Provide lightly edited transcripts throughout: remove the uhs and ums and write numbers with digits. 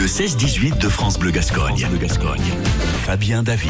Le 16-18 de France Bleu Gascogne. Fabien David.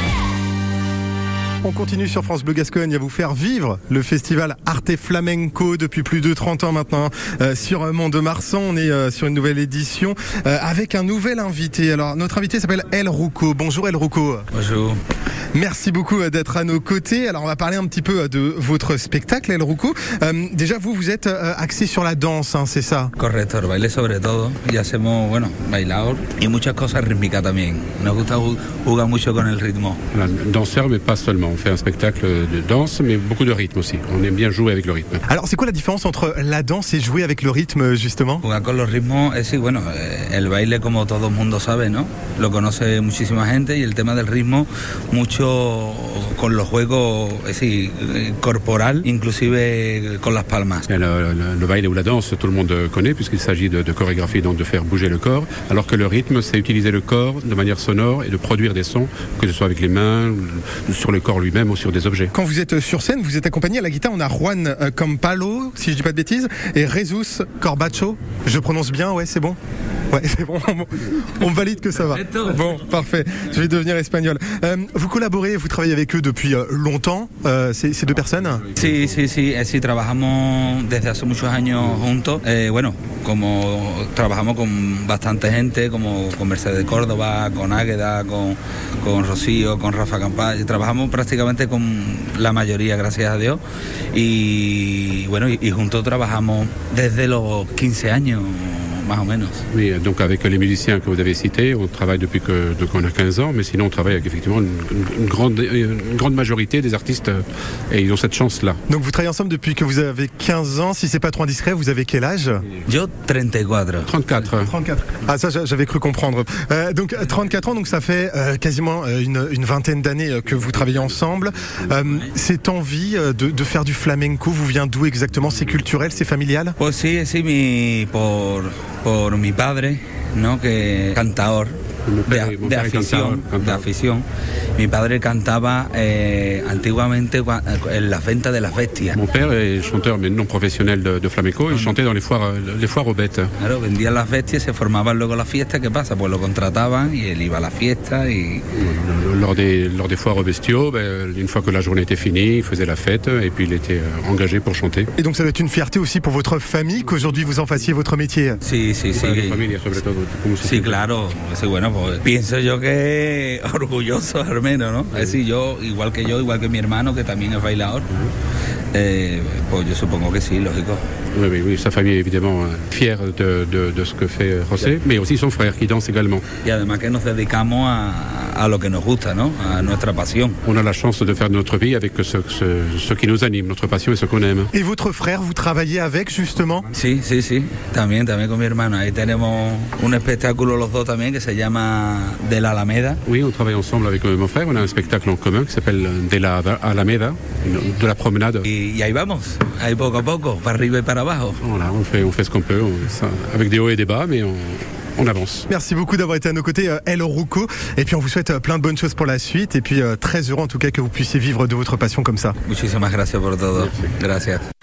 On continue sur France Bleu Gascogne à vous faire vivre le festival Arte Flamenco depuis plus de 30 ans maintenant sur Mont-de-Marsan. On est sur une nouvelle édition avec un nouvel invité. Alors notre invité s'appelle El Rouco. Bonjour El Rouco. Bonjour. Merci beaucoup d'être à nos côtés. Alors on va parler un petit peu de votre spectacle El Rouco. Déjà vous êtes axé sur la danse, hein, c'est ça? Correcto, el baile sobre todo. Y hacemos, bailador y muchas cosas rítmicas también. Nos gusta jugar mucho con el ritmo. Danseur, mais pas seulement. On fait un spectacle de danse, mais beaucoup de rythme aussi. On aime bien jouer avec le rythme. Alors, c'est quoi la différence entre la danse et jouer avec le rythme, justement? Jugar con los ritmos es, el baile, como todo el mundo sabe, ¿no? Lo conoce muchísima gente, y el tema del ritmo, mucho con los juegos, corporal, inclusive con las palmas. Le baile ou la danse, tout le monde connaît, puisqu'il s'agit de chorégraphie, donc de faire bouger le corps, alors que le rythme, c'est utiliser le corps de manière sonore et de produire des sons, que ce soit avec les mains, sur le corps lui-même ou sur des objets. Quand vous êtes sur scène, vous êtes accompagné à la guitare. On a Juan Campalo, si je dis pas de bêtises, et Jesus Corbacho. Je prononce bien, ouais, c'est bon. Ouais, c'est bon. On valide que ça va. Bon, parfait. Je vais devenir espagnol. Vous collaborez, vous travaillez avec eux depuis longtemps, ces deux personnes? Sí, trabajamos desde hace muchos años juntos. Como trabajamos con bastante gente, como con Mercedes Córdoba, con Águeda, con Rocío, con Rafa Campal. Trabajamos prácticamente con la mayoría, gracias a Dios. Y juntos trabajamos desde los 15 años. Más o menos. Oui, donc avec les musiciens que vous avez cités, on travaille depuis qu'on a 15 ans, mais sinon on travaille avec effectivement une grande majorité des artistes et ils ont cette chance-là. Donc vous travaillez ensemble depuis que vous avez 15 ans, si c'est pas trop indiscret, vous avez quel âge? Yo 34. 34. Ah ça j'avais cru comprendre. Donc 34 ans, donc ça fait quasiment une vingtaine d'années que vous travaillez ensemble. Cette envie de faire du flamenco vous vient d'où exactement? C'est culturel, c'est familial? Pues sí, por mi padre, ¿no? Que cantador de afición. Mi padre cantaba antiguamente en la venta de las bestias. Mon père est chanteur mais non professionnel de flamenco. Il chantait dans les foires aux bêtes. Claro, vendían las bestias, se formaban luego las fiestas. ¿Qué pasa? Pues lo contrataban y él iba a la fiesta y... Lors des foires aux bestiaux, une fois que la journée était finie, il faisait la fête et puis il était engagé pour chanter. Et donc ça doit être une fierté aussi pour votre famille qu'aujourd'hui vous en fassiez votre métier. Sí. Sí, claro. Sí, pues pienso yo que orgulloso al menos, ¿no? Es decir, igual que mi hermano, que también es bailador, pues yo supongo que sí, lógico. Oui, sa famille est évidemment fière de ce que fait José, mais aussi son frère qui danse également. Y además que nos dedicamos a lo que nos gusta, ¿no? A nuestra pasión. On a la chance de faire notre vie avec ce qui nous anime, notre passion et ce qu'on aime. Et votre frère, vous travaillez avec justement? Sí. También con mi hermano. Ahí tenemos un espectáculo los dos también que se llama De la Alameda. Oui, on travaille ensemble avec mon frère. On a un spectacle en commun qui s'appelle De la Alameda, de la promenade. Y ahí vamos, ahí poco a poco, para arriba y para abajo. Voilà, on fait ce qu'on peut, avec des hauts et des bas, mais on avance. Merci beaucoup d'avoir été à nos côtés, El Rouco. Et puis on vous souhaite plein de bonnes choses pour la suite. Et puis très heureux en tout cas que vous puissiez vivre de votre passion comme ça. Muchísimas gracias por todo. Gracias.